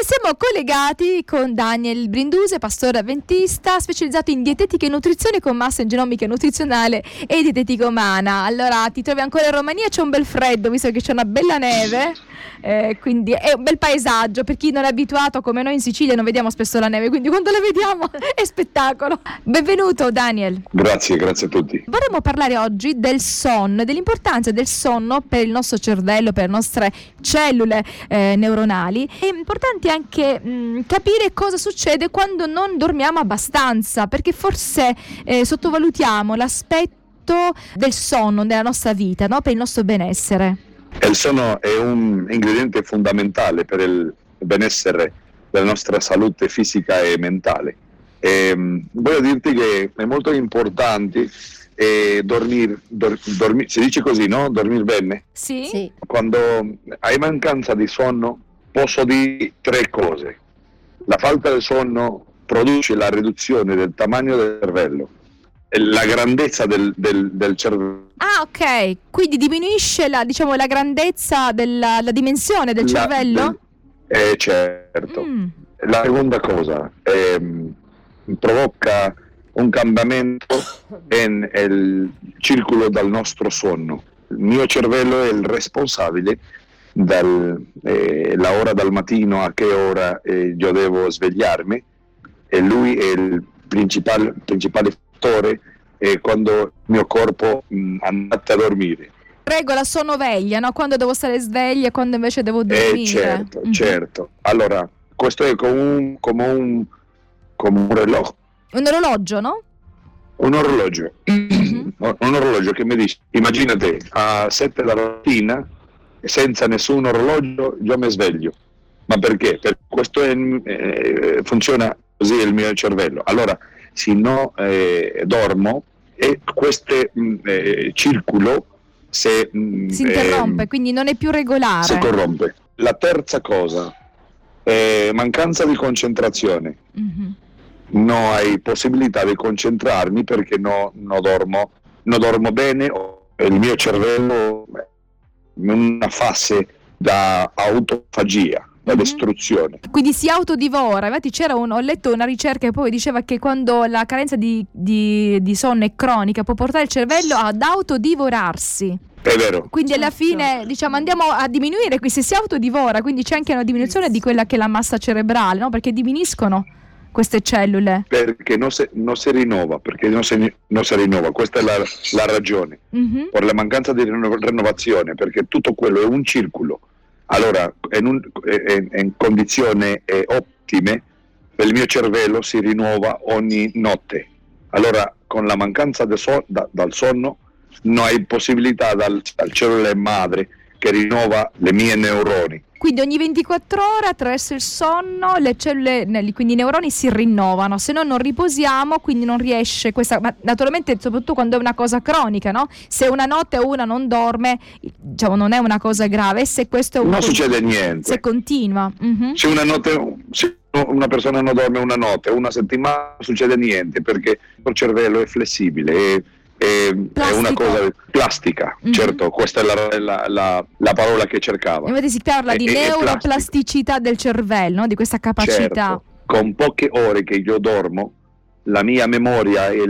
siamo collegati con Daniel Brinduse, pastore avventista, specializzato in dietetica e nutrizione con master in genomica nutrizionale e dietetica umana. Allora, ti trovi ancora in Romania, c'è un bel freddo, visto che c'è una bella neve, quindi è un bel paesaggio. Per chi non è abituato, come noi in Sicilia non vediamo spesso la neve, quindi quando la vediamo è spettacolo. Benvenuto Daniel. Grazie a tutti. Vorremmo parlare oggi del sonno e dell'importanza del sonno per il nostro cervello, per le nostre cellule neuronali. È importante anche capire cosa succede quando non dormiamo abbastanza, perché forse sottovalutiamo l'aspetto del sonno nella nostra vita, no? Per il nostro benessere. Il sonno è un ingrediente fondamentale per il benessere della nostra salute fisica e mentale. Voglio dirti che è molto importante dormire, si dice così, no? Dormire bene. Sì. Quando hai mancanza di sonno, posso dire tre cose. La falta di sonno produce la riduzione del tamaño del cervello, la grandezza del cervello. Ah, ok. Quindi diminuisce la grandezza la dimensione del cervello? Certo. La seconda cosa, provoca un cambiamento nel circolo del nostro sonno. Il mio cervello è il responsabile la ora del mattino a che ora io devo svegliarmi, e lui è il principale fattore quando il mio corpo andate a dormire. Regola sonno-veglia, no? Quando devo stare sveglia e quando invece devo dormire. Certo. Allora, questo è come un reloj. Un orologio, no? Un orologio. Un orologio che mi dice, immaginate, a 7 della mattina, senza nessun orologio, io mi sveglio. Ma perché? Perché questo funziona così il mio cervello. Allora, se no dormo, e questo circolo si interrompe, quindi non è più regolare. Si corrompe. La terza cosa è mancanza di concentrazione. Non hai possibilità di concentrarmi perché non dormo bene, il mio cervello è in una fase da autofagia, da distruzione. Quindi si autodivora. Infatti ho letto una ricerca che poi diceva che quando la carenza di sonno è cronica può portare il cervello ad autodivorarsi. È vero. Quindi alla fine andiamo a diminuire, qui se si autodivora, quindi c'è anche una diminuzione di quella che è la massa cerebrale, no? Perché diminuiscono queste cellule. Perché non si rinnova, questa è la ragione. Per la mancanza di rinnovazione, perché tutto quello è un circolo. Allora, in condizioni ottime, il mio cervello si rinnova ogni notte. Allora, con la mancanza dal sonno, non hai possibilità dal cellule madre che rinnova le mie neuroni. Quindi ogni 24 ore attraverso il sonno le cellule, quindi i neuroni si rinnovano, se no non riposiamo, quindi non riesce questa, ma naturalmente soprattutto quando è una cosa cronica, no? Se una notte una non dorme, non è una cosa grave, e se questo non succede niente. Se continua. Se una persona non dorme una notte, una settimana, non succede niente, perché il cervello è flessibile, è una cosa plastica. Certo, questa è la parola che cercavo. Infatti si parla di neuroplasticità del cervello, no? Di questa capacità. Certo. Con poche ore che io dormo, la mia memoria e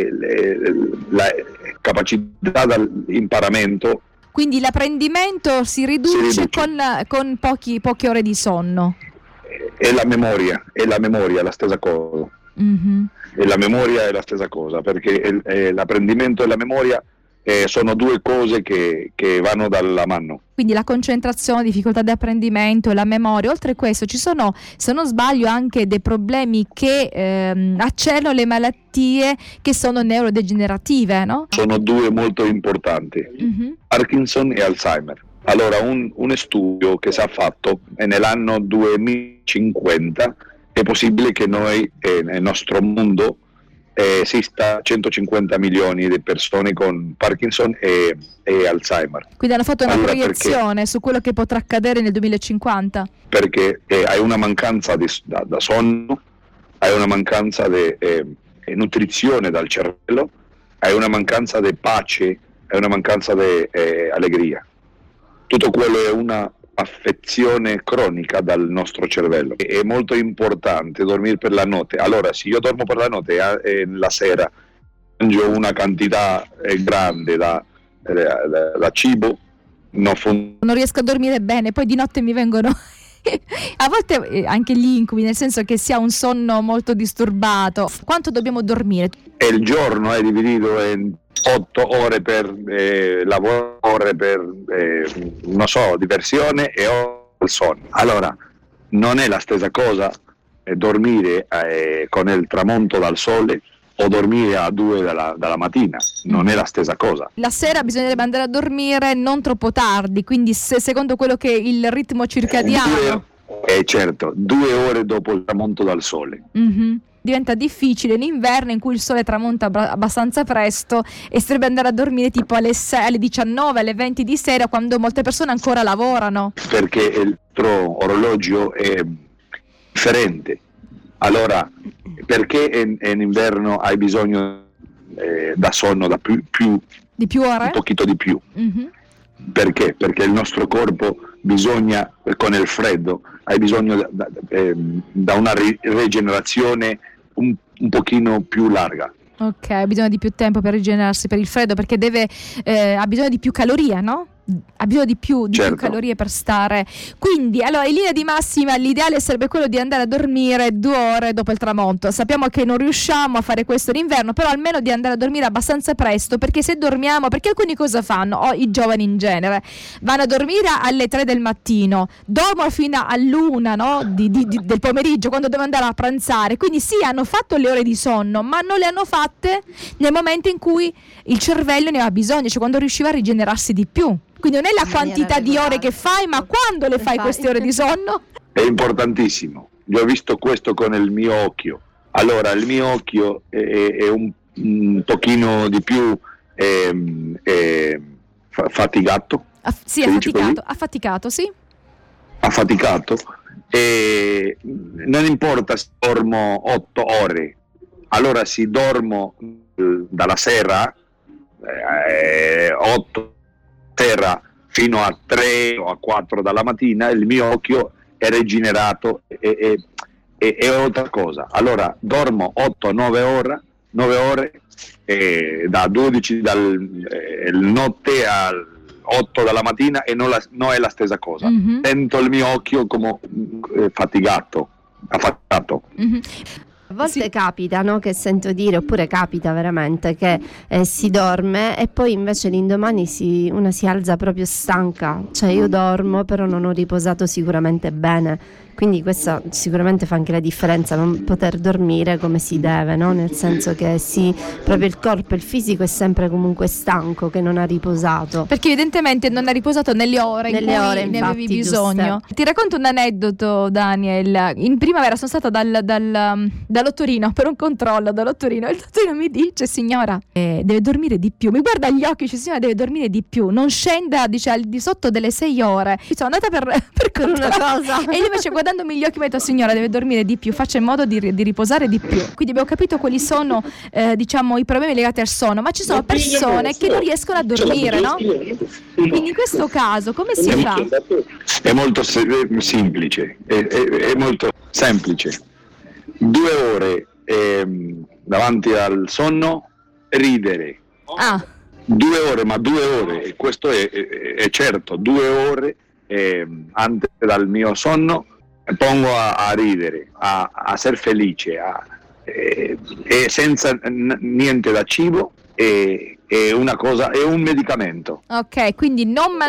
la capacità dell'imparamento, quindi l'apprendimento si riduce. Con poche ore di sonno. E la memoria è la stessa cosa. E la memoria è la stessa cosa, perché l'apprendimento e la memoria sono due cose che vanno dalla mano. Quindi la concentrazione, difficoltà di apprendimento e la memoria. Oltre a questo ci sono, se non sbaglio, anche dei problemi che accelerano le malattie che sono neurodegenerative, no? Sono due molto importanti, Parkinson e Alzheimer. Allora, un studio che si è fatto nell'anno 2050, è possibile che noi nel nostro mondo esista 150 milioni di persone con Parkinson e Alzheimer. Quindi hanno fatto una proiezione su quello che potrà accadere nel 2050? Perché hai una mancanza da sonno, hai una mancanza di nutrizione dal cervello, hai una mancanza di pace, hai una mancanza di allegria. Tutto quello è affezione cronica dal nostro cervello. È molto importante dormire per la notte. Allora, se io dormo per la notte e la sera mangio una quantità grande da cibo, non riesco a dormire bene, poi di notte mi vengono a volte anche gli incubi, nel senso che si ha un sonno molto disturbato. Quanto dobbiamo dormire? E il giorno è diviso in 8 ore per lavoro, ore per diversione e ore per sonno. Allora, non è la stessa cosa dormire con il tramonto dal sole o dormire a 2 dalla mattina, non è la stessa cosa. La sera bisognerebbe andare a dormire non troppo tardi, quindi secondo quello che è il ritmo circadiano. Certo, 2 ore dopo il tramonto dal sole. Diventa difficile in inverno, in cui il sole tramonta abbastanza presto, e si dovrebbe andare a dormire tipo alle 19, alle 20 di sera, quando molte persone ancora lavorano. Perché il nostro orologio è differente. Allora, perché in inverno hai bisogno da sonno da più ore? Un pochino di più. Perché? Perché il nostro corpo bisogna, con il freddo, hai bisogno da una rigenerazione un pochino più larga. Ok, ha bisogno di più tempo per rigenerarsi per il freddo, perché ha bisogno di più calorie, no? Ha bisogno di più calorie per stare. Quindi, allora, in linea di massima, l'ideale sarebbe quello di andare a dormire 2 ore dopo il tramonto. Sappiamo che non riusciamo a fare questo in inverno, però almeno di andare a dormire abbastanza presto, perché se dormiamo, perché alcuni cosa fanno? I giovani in genere vanno a dormire alle 3 del mattino, dormono fino all'1, no? del pomeriggio, quando devono andare a pranzare. Quindi sì, hanno fatto le ore di sonno, ma non le hanno fatte nel momento in cui il cervello ne ha bisogno, cioè quando riusciva a rigenerarsi di più. Quindi non è la quantità di ore che fai, ma quando le fai queste ore di sonno? È importantissimo. Io ho visto questo con il mio occhio. Allora, il mio occhio è un pochino di più faticato. Sì, affaticato, sì. Affaticato. E non importa se dormo 8 ore. Allora, se dormo dalla sera 8 sera fino a 3 o a 4 dalla mattina, il mio occhio è rigenerato e altra cosa. Allora dormo 8-9 ore da 12 notte al 8 dalla mattina e non è la stessa cosa. Sento il mio occhio come affaticato. A volte capita, no, che sento dire, oppure capita veramente che si dorme e poi invece l'indomani una si alza proprio stanca. Cioè io dormo però non ho riposato sicuramente bene, quindi questa sicuramente fa anche la differenza, non poter dormire come si deve, no? Nel senso che proprio il corpo, il fisico è sempre comunque stanco, che non ha riposato, perché evidentemente non ha riposato nelle ore in cui ne avevi bisogno. Giuste. Ti racconto un aneddoto, Daniel. In primavera sono stata dall'ottorino per un controllo dall'ottorino, e il dottorino mi dice: signora, deve dormire di più. Mi guarda agli occhi e dice: signora, deve dormire di più, non scenda, dice, al di sotto delle 6 ore. Io sono andata per una cosa e io invece, guardandomi gli occhi, mi ha detto: signora, deve dormire di più, faccia in modo di riposare di più. Quindi abbiamo capito quali sono i problemi legati al sonno, ma ci sono persone che non riescono a dormire, no? Quindi in questo caso come si fa? È molto semplice, è molto semplice. 2 ore davanti al sonno, ridere. 2 ore, ma 2 ore, e questo è certo, 2 ore antes dal mio sonno pongo a ridere, a essere felice, e senza niente da cibo, è una cosa, è un medicamento. Ok, quindi non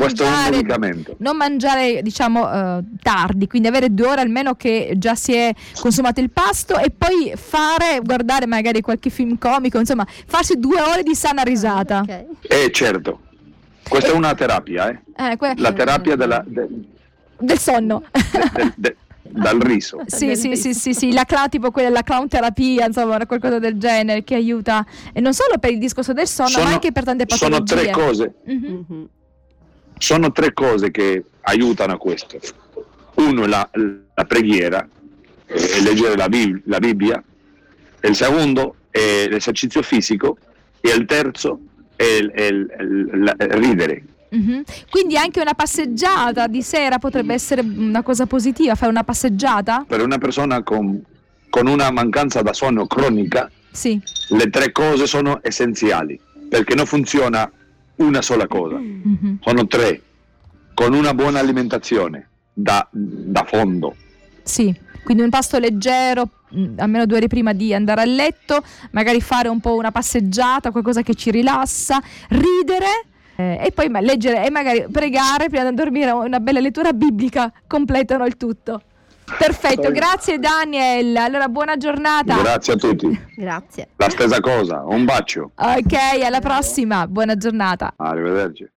mangiare tardi, quindi avere 2 ore almeno che già si è consumato il pasto, e poi guardare magari qualche film comico, insomma farsi 2 ore di sana risata. Okay. Certo, questa è una terapia, la terapia del sonno. Dal riso. Sì, la clown terapia, insomma, qualcosa del genere che aiuta, e non solo per il discorso del sonno, ma anche per tante patologie. Sono 3 cose. Sono 3 cose che aiutano a questo. Uno è la preghiera, leggere la Bibbia. Il secondo è l'esercizio fisico, e il terzo è il ridere. Quindi anche una passeggiata di sera potrebbe essere una cosa positiva, fare una passeggiata? Per una persona con una mancanza da sonno cronica, sì, le 3 cose sono essenziali, perché non funziona una sola cosa, sono 3, con una buona alimentazione da fondo. Sì, quindi un pasto leggero, almeno 2 ore prima di andare a letto, magari fare un po' una passeggiata, qualcosa che ci rilassa, ridere e poi leggere e magari pregare prima di dormire, una bella lettura biblica completano il tutto. Perfetto, grazie Daniel, allora buona giornata. Grazie a tutti. Grazie. La stessa cosa, un bacio. Ok, alla prossima, buona giornata. Arrivederci.